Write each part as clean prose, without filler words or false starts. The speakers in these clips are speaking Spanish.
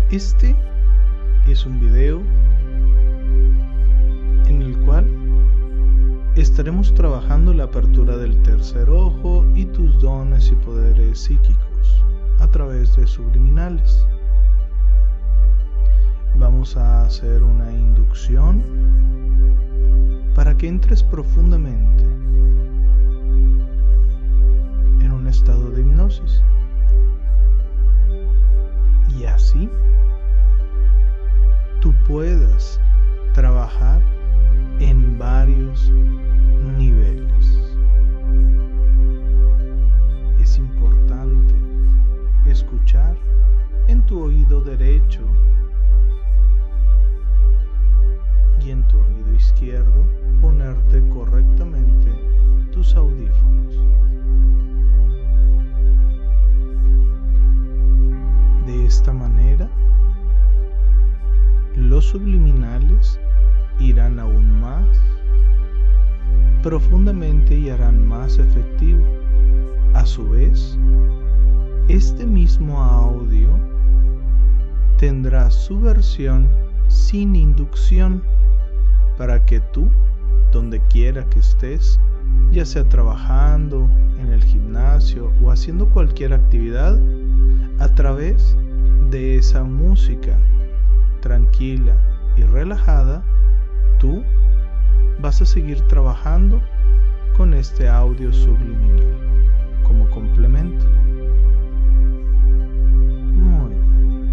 Este es un video en el cual estaremos trabajando la apertura del tercer ojo y tus dones y poderes psíquicos a través de subliminales. Vamos a hacer una inducción para que entres profundamente en un estado de hipnosis y así tú puedas trabajar en varios niveles. Es importante escuchar en tu oído derecho y en tu oído izquierdo ponerte correctamente tus audífonos. De esta manera, los subliminales irán aún más profundamente y harán más efectivo. A su vez, este mismo audio tendrá su versión sin inducción para que tú, donde quiera que estés, ya sea trabajando en el gimnasio o haciendo cualquier actividad, a través de esa música tranquila y relajada, tú vas a seguir trabajando con este audio subliminal como complemento. Muy bien.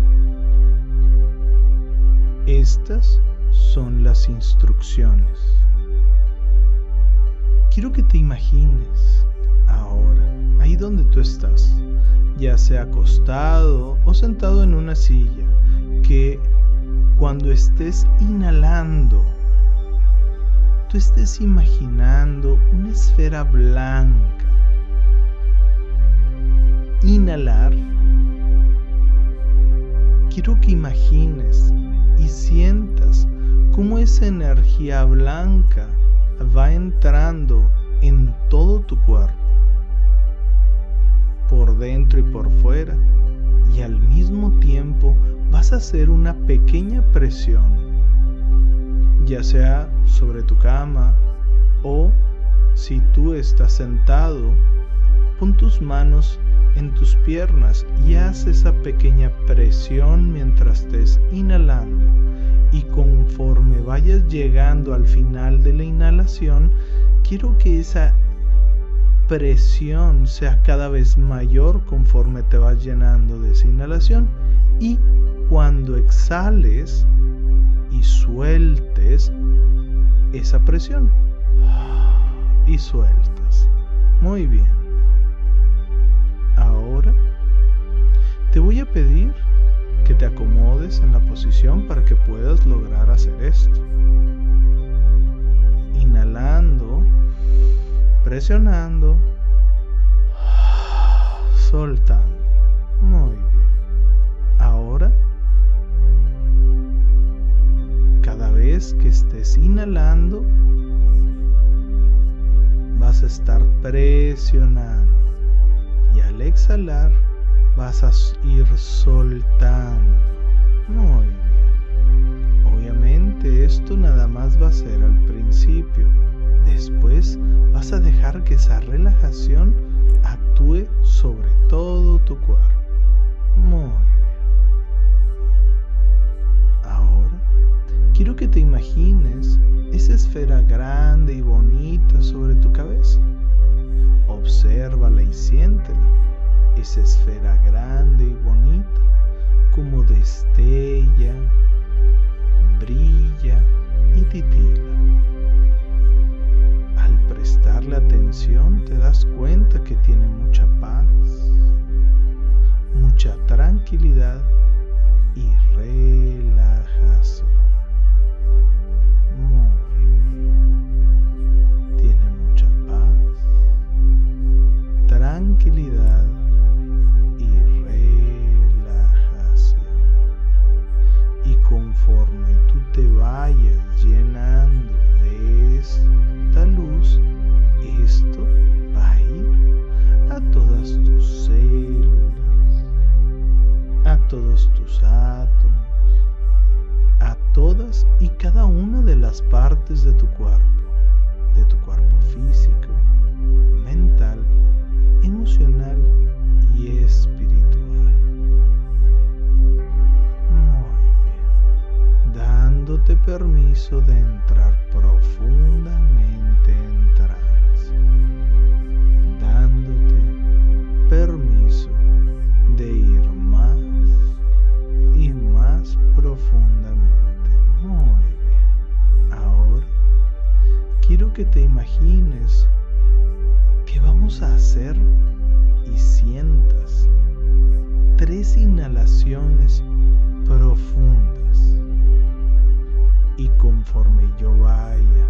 Estas son las instrucciones. Quiero que te imagines ahora, ahí donde tú estás, ya sea acostado o sentado en una silla, que cuando estés inhalando, tú estés imaginando una esfera blanca. Inhalar. Quiero que imagines y sientas cómo esa energía blanca va entrando en todo tu cuerpo, por dentro y por fuera, y al mismo tiempo vas a hacer una pequeña presión, ya sea sobre tu cama o si tú estás sentado, pon tus manos en tus piernas y haz esa pequeña presión mientras estés inhalando, y conforme vayas llegando al final de la inhalación, quiero que esa presión sea cada vez mayor conforme te vas llenando de esa inhalación, y cuando exhales y sueltes esa presión y sueltas. Muy bien. Ahora te voy a pedir que te acomodes en la posición para que puedas lograr hacer esto. Inhalando, presionando, soltando. Muy bien. Ahora, cada vez que estés inhalando, vas a estar presionando, y al exhalar vas a ir soltando. Muy bien. Obviamente esto nada más va a ser al principio. Después vas a dejar que esa relajación actúe sobre todo tu cuerpo. Muy bien. Ahora quiero que te imagines esa esfera grande y bonita sobre tu cabeza. Obsérvala y siéntela. Esa esfera grande y bonita, como destella, brilla y titila. Al prestarle atención te das cuenta que tiene mucha paz, mucha tranquilidad y relajación. Muy bien. Tiene mucha paz, tranquilidad y relajación. Y conforme tú te vayas llenando de esta luz, esto va a ir a todas tus células, a todos tus átomos, partes de tu cuerpo físico, mental, emocional y espiritual. Muy bien, dándote permiso de entrar profundamente en trance, dándote permiso de ir más y más profundamente. Muy bien, ahora quiero que te imagines que vamos a hacer y sientas 3 inhalaciones profundas, y conforme yo vaya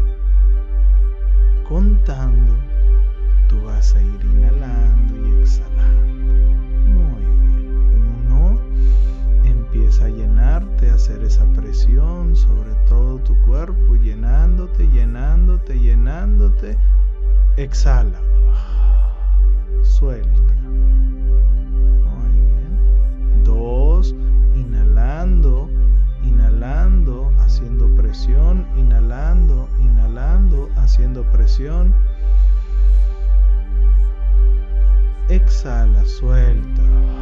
contando, tú vas a ir inhalando y exhalando. Muy bien. 1, empieza a llenarte, a hacer esa presión sobre todo tu cuerpo, llenándote, llenándote, llenándote. Exhala. Suelta. Muy bien. 2, inhalando, inhalando, haciendo presión, inhalando, inhalando, haciendo presión. Exhala, suelta.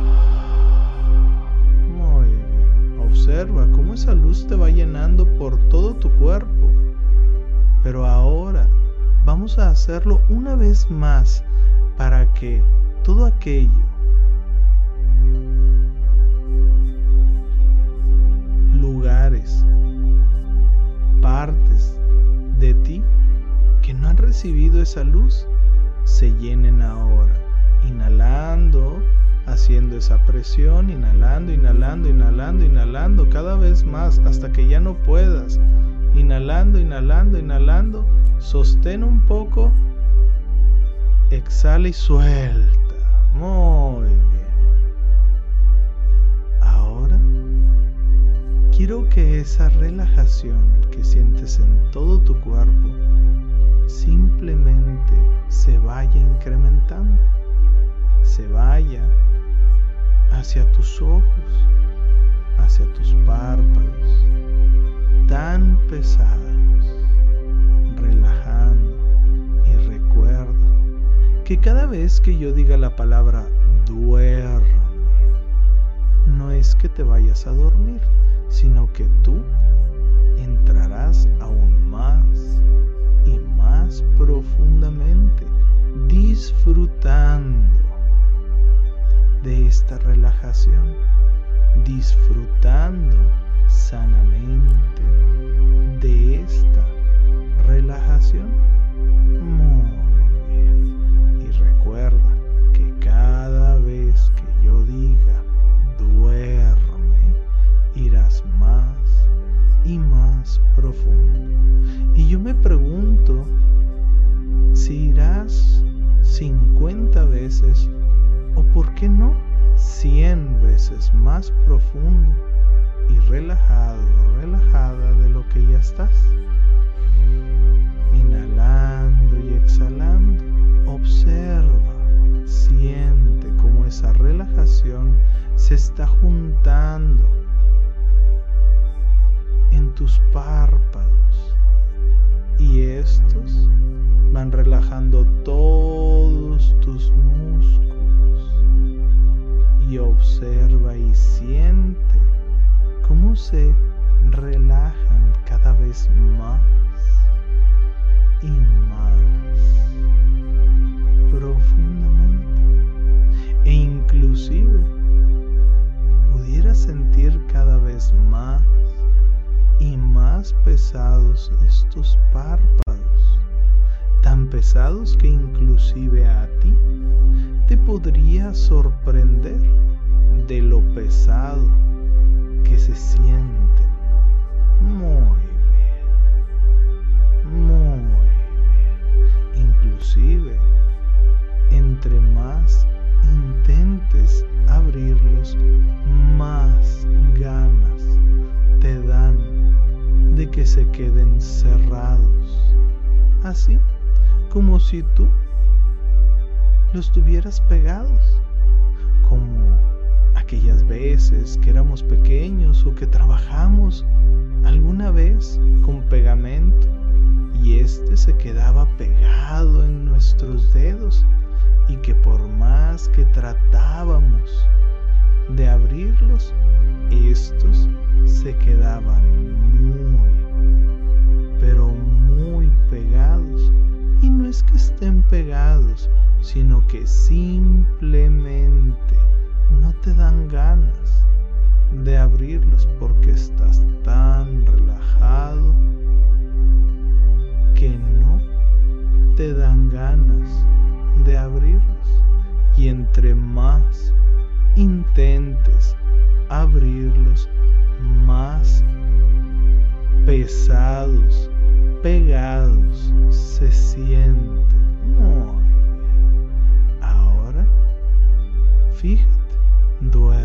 Muy bien. Observa cómo esa luz te va llenando por todo tu cuerpo. Pero ahora vamos a hacerlo una vez más para que todo aquello lugares, partes de ti que no han recibido esa luz se llenen ahora, inhalando, haciendo esa presión, inhalando, inhalando, inhalando, inhalando cada vez más hasta que ya no puedas, inhalando, inhalando, inhalando, sostén un poco, exhala y suelta. Muy bien. Ahora quiero que esa relajación que sientes en todo tu cuerpo simplemente se vaya incrementando, se vaya hacia tus ojos, hacia tus párpados, tan pesados, relajando. Y recuerda que cada vez que yo diga la palabra duerme, no es que te vayas a dormir, sino que tú entrarás aún más y más profundamente, disfrutando de esta relajación, disfrutando sanamente de esta relajación. Muy bien. Y recuerda que cada vez que yo diga duerme, irás más y más profundo. Y yo me pregunto si irás 50 veces o por qué no 100 veces más profundo y relajado, relajada de lo que ya estás. Inhalando y exhalando, observa, siente cómo esa relajación se está juntando en tus párpados y estos van relajando todos tus músculos. Y observa y siente cómo se relajan cada vez más y más profundamente, e inclusive pudieras sentir cada vez más y más pesados estos párpados, tan pesados que inclusive a ti te podría sorprender de lo pesado que se sienten. Muy bien, muy bien. Inclusive, entre más intentes abrirlos, más ganas te dan de que se queden cerrados, así como si tú los tuvieras pegados, como aquellas veces veces que éramos pequeños o que trabajamos alguna vez con pegamento y este se quedaba pegado en nuestros dedos y que por más que tratábamos de abrirlos, estos se quedaban pero muy pegados. Y no es que estén pegados, sino que simplemente no te dan ganas de abrirlos porque estás tan relajado que no te dan ganas de abrirlos. Y entre más intentes abrirlos, más pesados, pegados se sienten. Muy bien. Ahora, fíjate, duerme.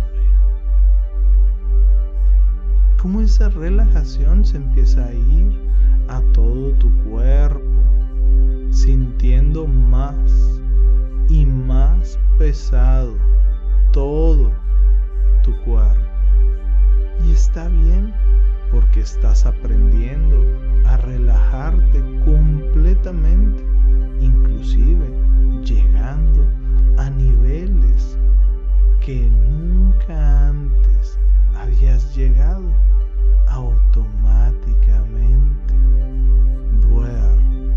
Cómo esa relajación se empieza a ir a todo tu cuerpo, sintiendo más y más pesado todo tu cuerpo. Y está bien, porque estás aprendiendo a relajarte completamente, inclusive llegando a niveles que nunca antes habías llegado. Automáticamente duerme.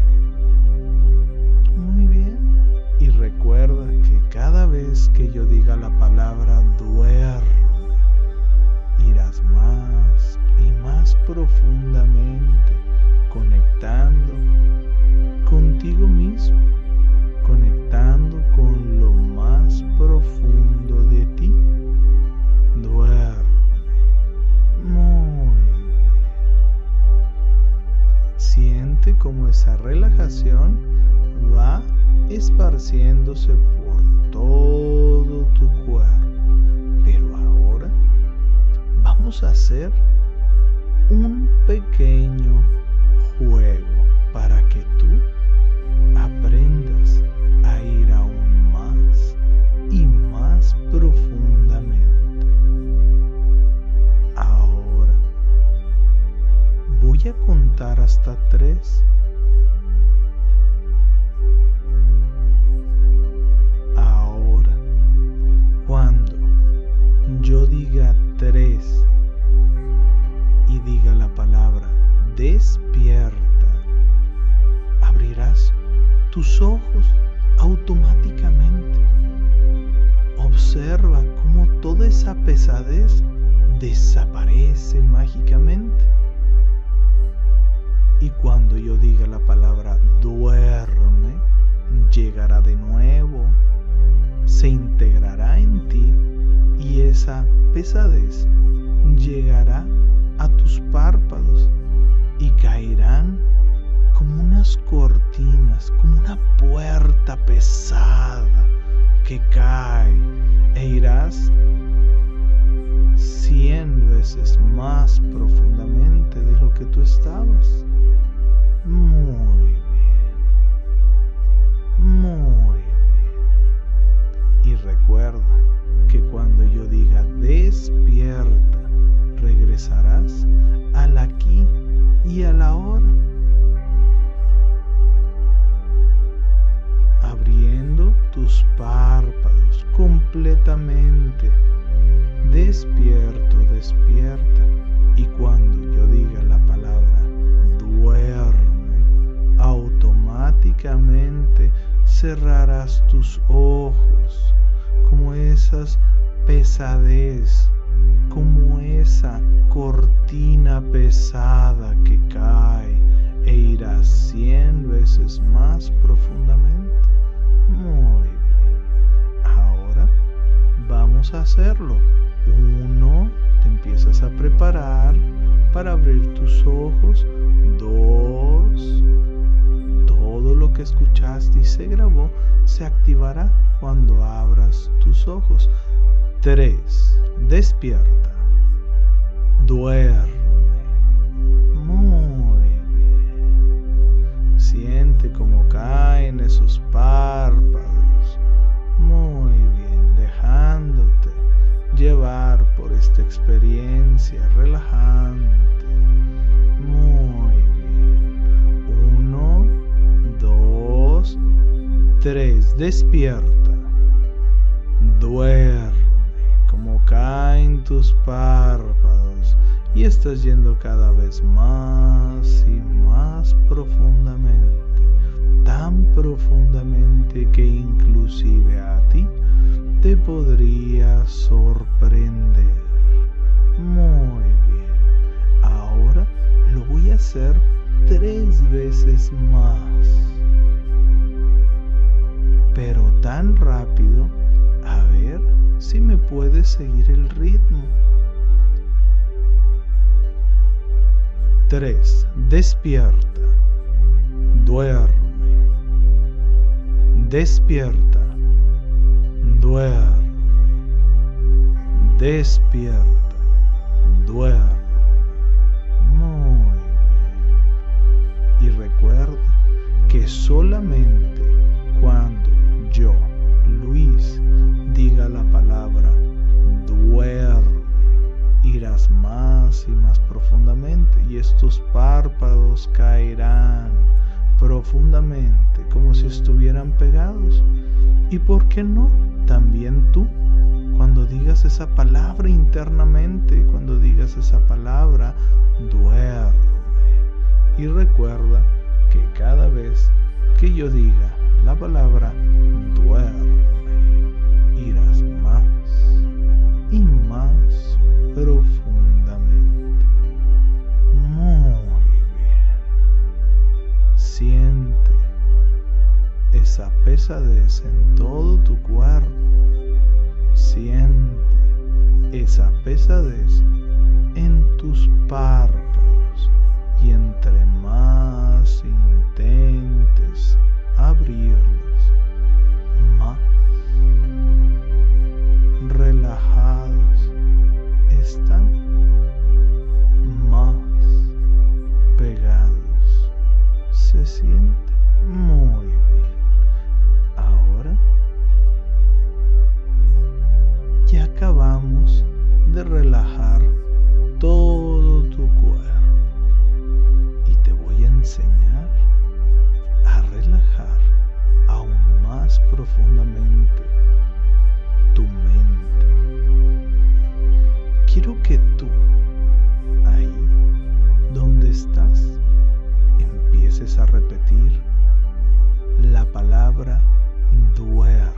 Muy bien. Y recuerda que cada vez que yo diga la palabra duerme, irás más y más profundamente conectando contigo mismo, conectando con lo más profundo de ti. Duerme. Muy bien. Siente como esa relajación va esparciéndose por todo tu cuerpo. Pero ahora vamos a hacer un pequeño juego para que tú aprendas a ir aún más y más profundamente. Ahora voy a contar hasta 3. Ahora, cuando yo diga 3 y diga la palabra despierta, abrirás tus ojos automáticamente. Observa cómo toda esa pesadez desaparece mágicamente. Y cuando yo diga la palabra duerme, llegará de nuevo, se integrará en ti y esa pesadez llegará a tus párpados y caerán como unas cortinas, como una puerta pesada que cae, e irás 100 veces más profundamente de lo que tú estabas. Muy bien, muy bien. Y recuerda que cuando yo diga despierta, regresarás al aquí y a la hora, abriendo tus párpados completamente. Despierto, despierta. Y cuando yo diga la palabra duerme, automáticamente cerrarás tus ojos, como esas pesadez, como esa cortina pesada que cae, e irás 100 veces más profundamente. Muy bien. Ahora vamos a hacerlo. 1, te empiezas a preparar para abrir tus ojos. 2, todo lo que escuchaste y se grabó se activará cuando abras tus ojos. 3, despierta, duerme. Muy bien. Siente cómo caen esos párpados. Muy bien, dejándote llevar experiencia relajante. Muy bien. 1, 2, 3. Despierta. Duerme. Como caen tus párpados y estás yendo cada vez más y más profundamente. Tan profundamente que inclusive a ti te podría sorprender. Muy bien. Ahora lo voy a hacer 3 veces más. Pero tan rápido, a ver si me puedes seguir el ritmo. 3. Despierta. Duerme. Despierta. Duerme. Despierta. Duerme. Muy bien. Y recuerda que solamente cuando yo, Luis, diga la palabra duerme, irás más y más profundamente y estos párpados caerán profundamente como si estuvieran pegados. ¿Y por qué no? También tú, cuando digas esa palabra internamente, cuando digas esa palabra duerme. Y recuerda que cada vez que yo diga la palabra duerme, irás más y más profundamente. Muy bien. Siente esa pesadez en todo tu cuerpo. Siente esa pesadez en tus párpados y entre más intentes abrirlos, más relajados están, más pegados se sienten. Muy bien. Ahora ya acabamos de relajar todo tu cuerpo y te voy a enseñar a relajar aún más profundamente tu mente. Quiero que tú, ahí donde estás, empieces a repetir la palabra duerme.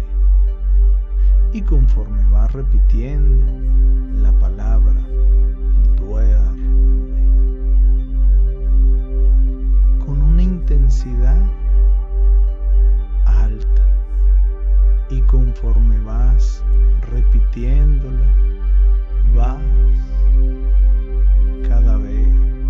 Y conforme vas repitiendo la palabra duerme, con una intensidad alta, y conforme vas repitiéndola, vas cada vez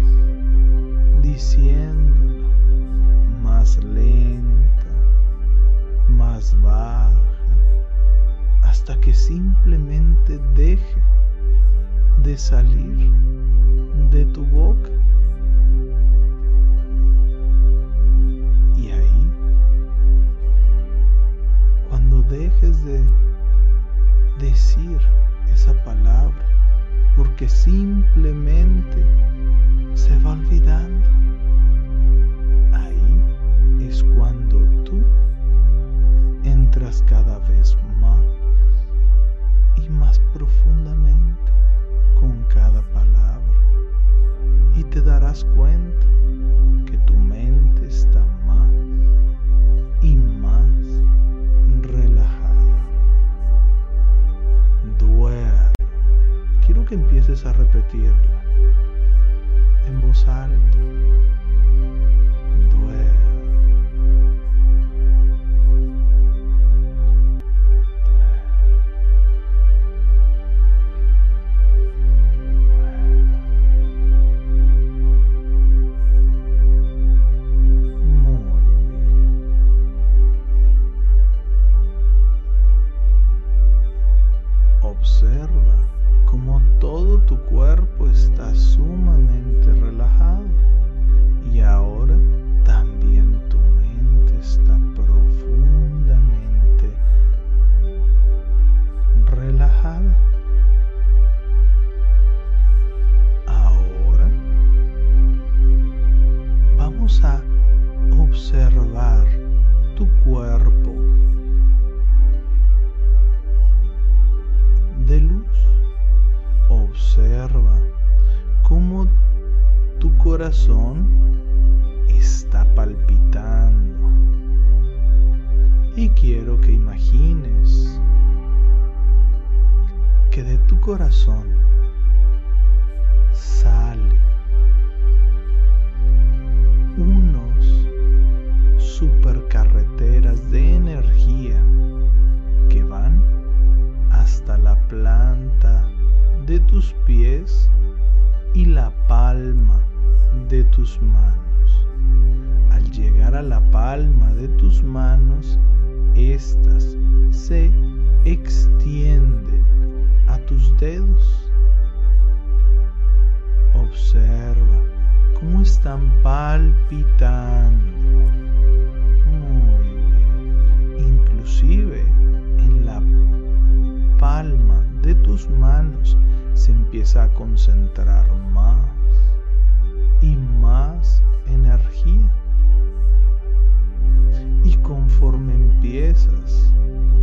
diciéndola más lenta, más baja, hasta que simplemente deje de salir de tu boca. Y ahí, cuando dejes de decir esa palabra, porque simplemente se va olvidando, ahí es cuando tú entras cada vez más y más profundamente con cada palabra, y te darás cuenta que tu mente está más y más relajada. Duerme. Quiero que empieces a repetirla en voz alta. Observa cómo todo tu cuerpo está sumamente relajado y ahora corazón está palpitando. Y quiero que imagines que de tu corazón sale unos supercarreteras de energía que van hasta la planta de tus pies y la palma de tus manos. Al llegar a la palma de tus manos, estas se extienden a tus dedos. Observa cómo están palpitando. Muy bien. Inclusive en la palma de tus manos se empieza a concentrar más y más energía. Y conforme empiezas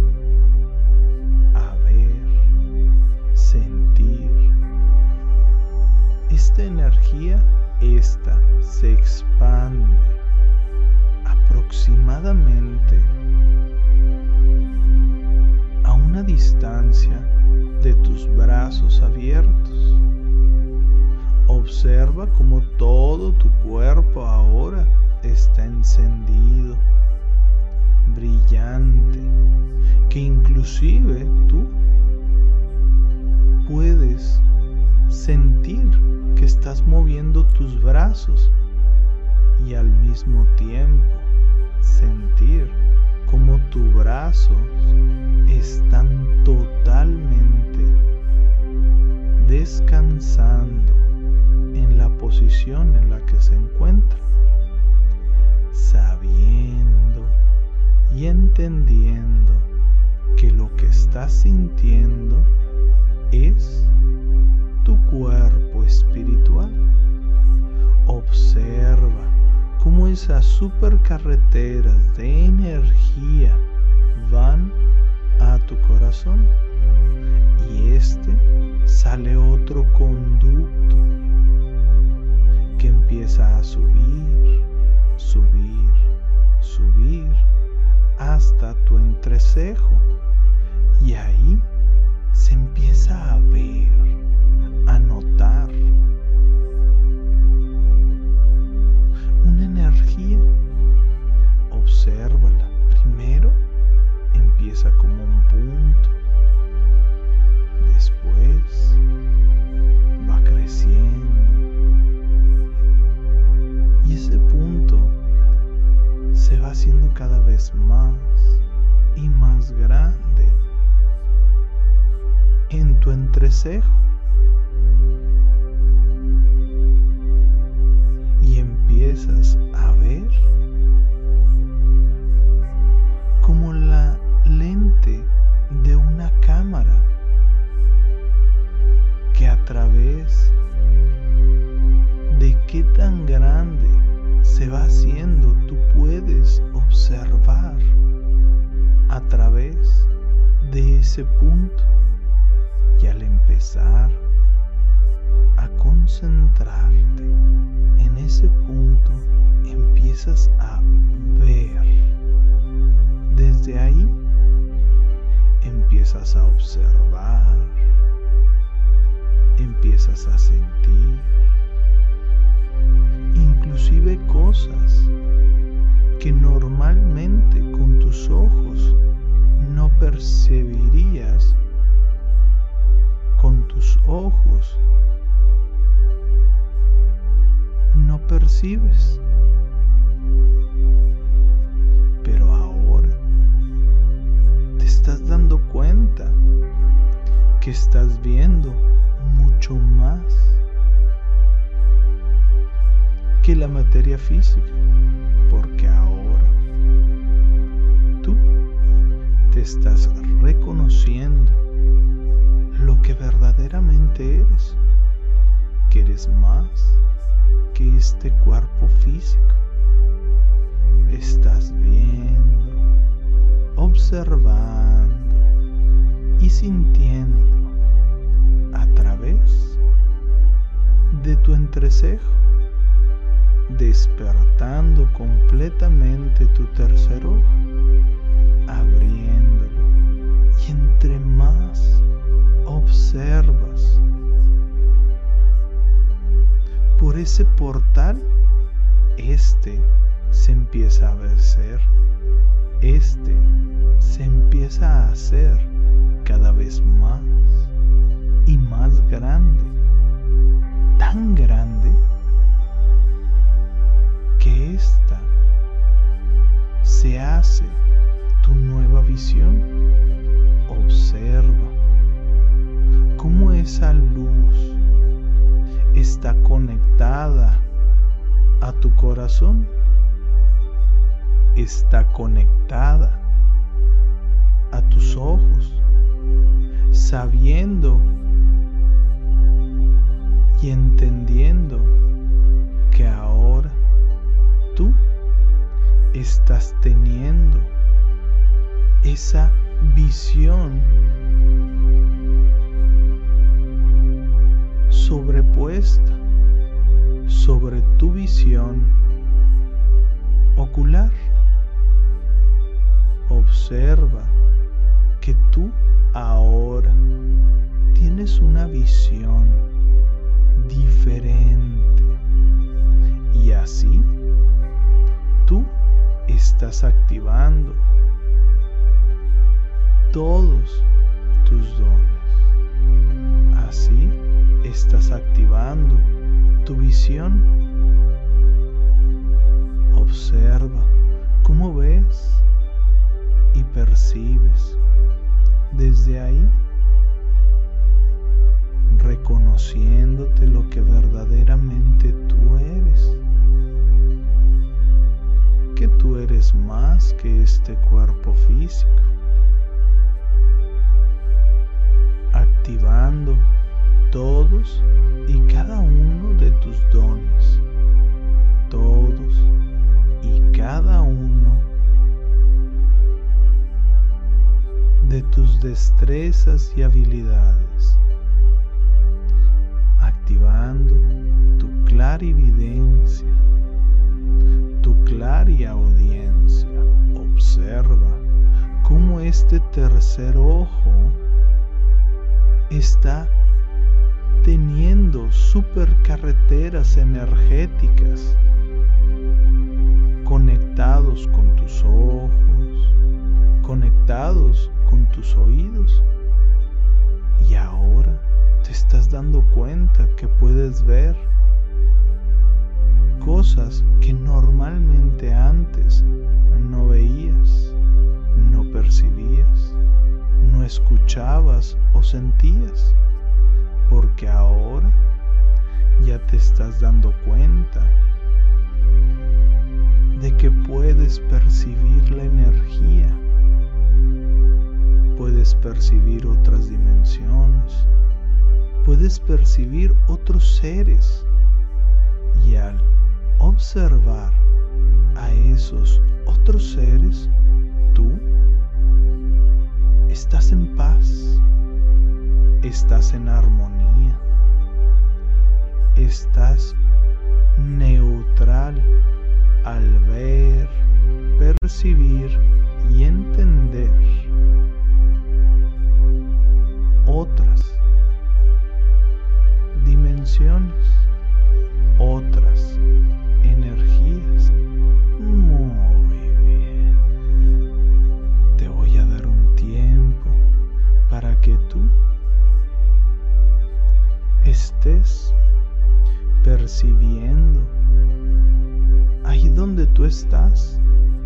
a ver, sentir esta energía, esta se expande aproximadamente a una distancia de tus brazos abiertos. Observa cómo todo tu cuerpo ahora está encendido, brillante, que inclusive tú puedes sentir que estás moviendo tus brazos y al mismo tiempo sentir como tus brazos están totalmente descansando en la posición en la que se encuentran, sabiendo y entendiendo que lo que estás sintiendo es tu cuerpo espiritual. Observa cómo esas supercarreteras de energía van a tu corazón y sale otro conducto que empieza a subir, subir, subir hasta tu entrecejo, y ahí se empieza a ver, a notar una energía. Obsérvala. Primero empieza como un punto, después va creciendo y ese punto se va haciendo cada vez más y más grande en tu entrecejo, y empiezas a ver como la lente de una cámara que a través de qué tan grande se va haciendo, tú puedes observar a través de ese punto, y al empezar a concentrarte en ese punto empiezas a ver. Desde ahí empiezas a observar, empiezas a sentir, inclusive cosas que normalmente con tus ojos no percibirías. Con tus ojos no percibes, pero ahora te estás dando cuenta que estás viendo mucho más que la materia física, porque ahora tú te estás reconociendo lo que verdaderamente eres, que eres más que este cuerpo físico. Estás viendo, observando y sintiendo a través de tu entrecejo, despertando completamente tu tercer ojo, abriéndolo, y entre más observas por ese portal, se empieza a vencer, se empieza a hacer cada vez más y más grande, tan grande que esta se hace tu nueva visión. Observa cómo esa luz está conectada a tu corazón, está conectada a tus ojos, sabiendo y entendiendo que ahora tú estás teniendo esa visión sobrepuesta sobre tu visión ocular. Observa que tú ahora tienes una visión diferente, y así tú estás activando todos tus dones. Así estás activando tu visión. Observa cómo ves y percibes desde ahí, reconociéndote lo que verdaderamente tú eres, que tú eres más que este cuerpo físico, activando todos y cada uno de tus dones, todos y cada uno de tus destrezas y habilidades, activando tu clarividencia, tu clariaudiencia. Observa cómo este tercer ojo está teniendo supercarreteras energéticas conectados con tus ojos, conectados con tus oídos, y ahora te estás dando cuenta que puedes ver cosas que normalmente antes no veías, no percibías, no escuchabas o sentías, porque ahora ya te estás dando cuenta de que puedes percibir la energía, puedes percibir otras dimensiones, puedes percibir otros seres, y al observar a esos otros seres, tú estás en paz, estás en armonía, estás neutral al ver, percibir y entender otras dimensiones, otras energías. Muy bien. Te voy a dar un tiempo para que tú estés percibiendo ahí donde tú estás.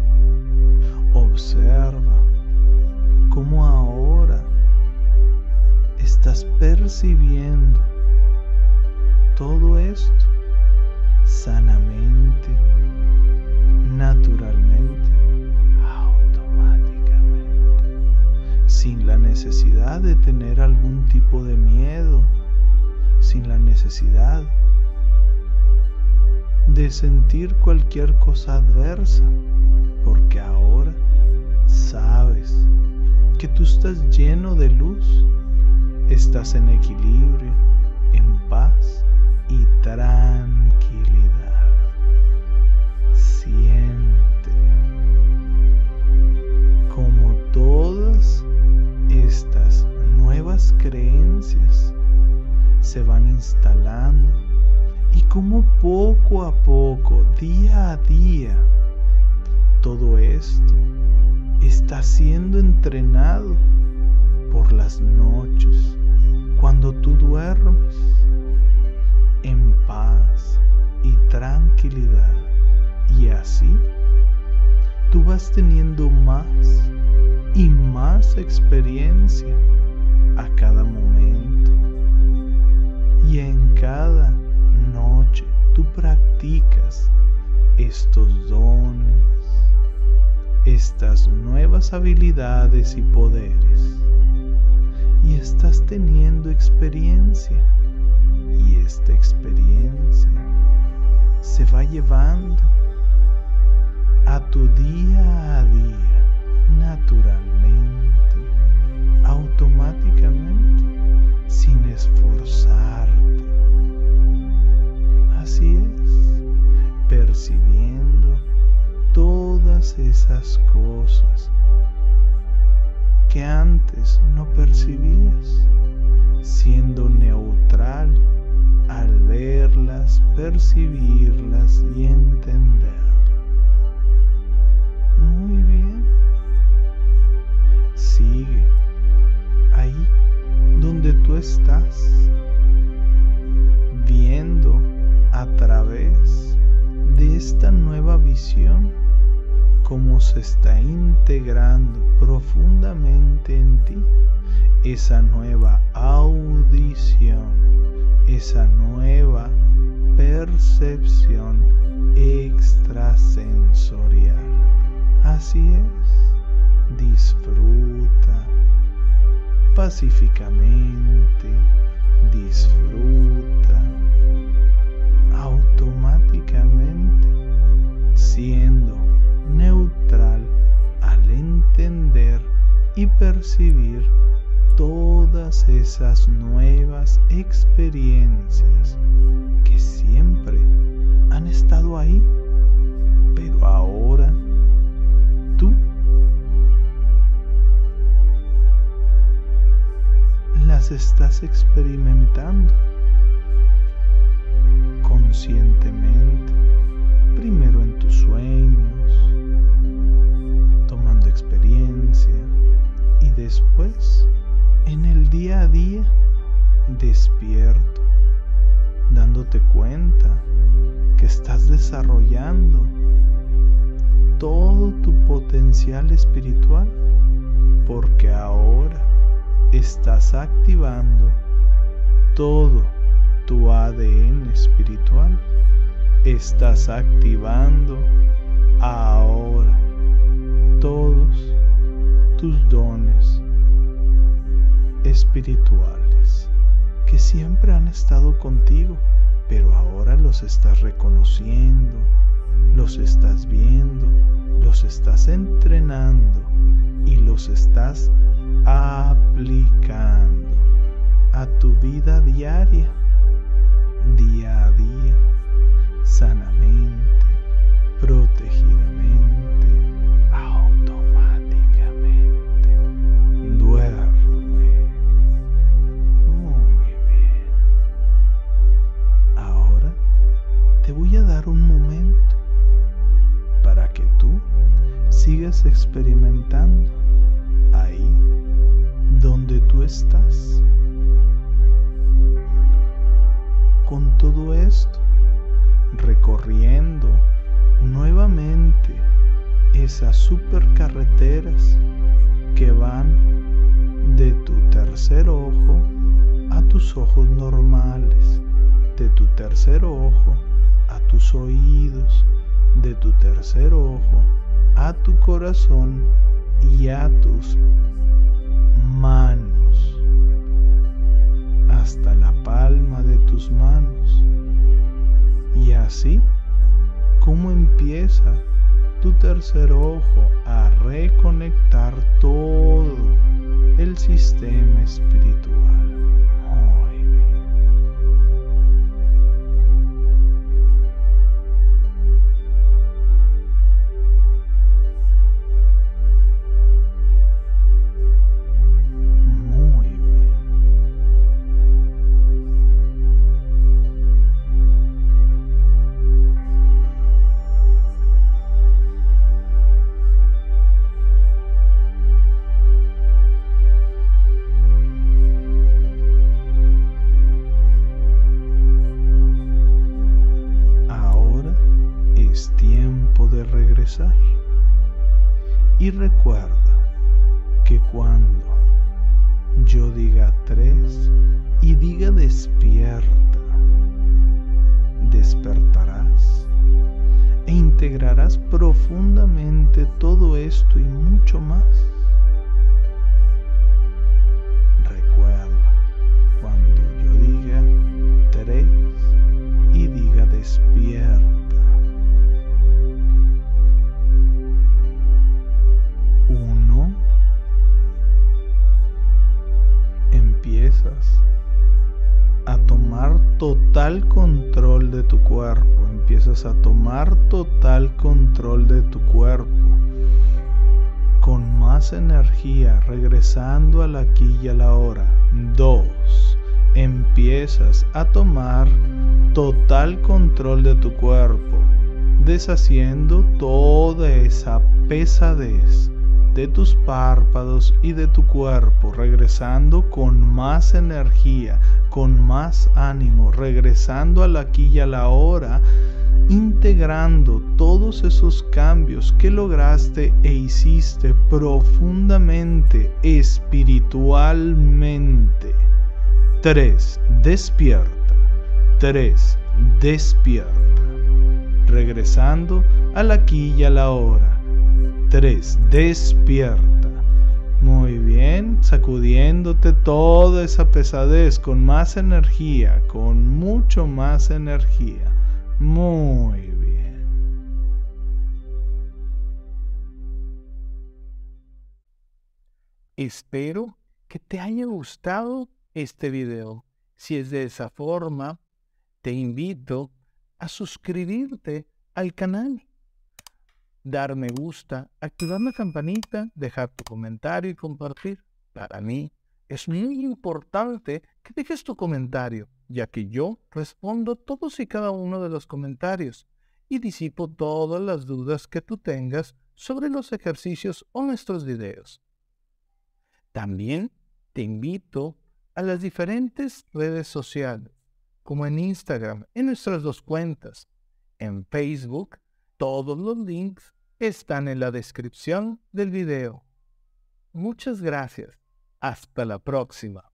Observa cómo ahora estás percibiendo todo esto sanamente, naturalmente, automáticamente, sin la necesidad de tener algún tipo de miedo, sin la necesidad de sentir cualquier cosa adversa, porque ahora sabes que tú estás lleno de luz, estás en equilibrio, en paz y tranquilidad. experiencias se van instalando y como poco a poco, día a día, todo esto está siendo entrenado por las noches, cuando tú duermes en paz y tranquilidad, y así tú vas teniendo más y más experiencia a cada momento, y en cada noche tú practicas estos dones, estas nuevas habilidades y poderes, y estás teniendo experiencia, y esta experiencia se va llevando a tu día a día, naturalmente, automáticamente, sin esforzarte. Así es, percibiendo todas esas cosas que antes no percibías, siendo neutral al verlas, percibirlas y entender. Muy bien. Sigue ahí donde tú estás, viendo a través de esta nueva visión cómo se está integrando profundamente en ti esa nueva audición, esa nueva percepción extrasensorial. Así es, disfruta pacíficamente, disfruta automáticamente, siendo neutral al entender y percibir todas esas nuevas experiencias que siempre han estado ahí, pero ahora tú las estás experimentando conscientemente, primero en tus sueños, tomando experiencia, y después en el día a día, despierto, dándote cuenta que estás desarrollando todo tu potencial espiritual, porque ahora estás activando todo tu ADN espiritual, estás activando ahora todos tus dones espirituales que siempre han estado contigo, pero ahora los estás reconociendo, los estás viendo, los estás entrenando y los estás aplicando a tu vida diaria, día a día, sanamente, protegidamente, automáticamente. Duerme. Muy bien. Ahora te voy a dar un momento para que tú sigas experimentando ahí donde tú estás. Con todo esto, recorriendo nuevamente esas supercarreteras que van de tu tercer ojo a tus ojos normales, de tu tercer ojo a tus oídos, de tu tercer ojo a tu corazón y a tus manos, hasta la palma de tus manos. Y así como empieza tu tercer ojo a reconectar todo el sistema espiritual. Muy bien. Muy bien. empezar. Y recuerda que cuando yo diga 3 y diga despierta, despertarás e integrarás profundamente todo esto y mucho más. Recuerda, cuando yo diga 3 y diga despierta, empiezas a tomar total control de tu cuerpo, empiezas a tomar total control de tu cuerpo, con más energía, regresando al aquí y a la ahora. 2. Empiezas a tomar total control de tu cuerpo, deshaciendo toda esa pesadez de tus párpados y de tu cuerpo, regresando con más energía, con más ánimo, regresando al aquí y a la ahora, integrando todos esos cambios que lograste e hiciste profundamente, espiritualmente. 3. Despierta. 3. Despierta. Regresando al aquí y a la ahora. 3. Despierta. Muy bien, sacudiéndote toda esa pesadez con más energía, con mucho más energía. Muy bien. Espero que te haya gustado este video. Si es de esa forma, te invito a suscribirte al canal, dar me gusta, activar la campanita, dejar tu comentario y compartir. Para mí es muy importante que dejes tu comentario, ya que yo respondo todos y cada uno de los comentarios y disipo todas las dudas que tú tengas sobre los ejercicios o nuestros videos. También te invito a las diferentes redes sociales, como en Instagram, en nuestras 2 cuentas, en Facebook. Todos los links están en la descripción del video. Muchas gracias. Hasta la próxima.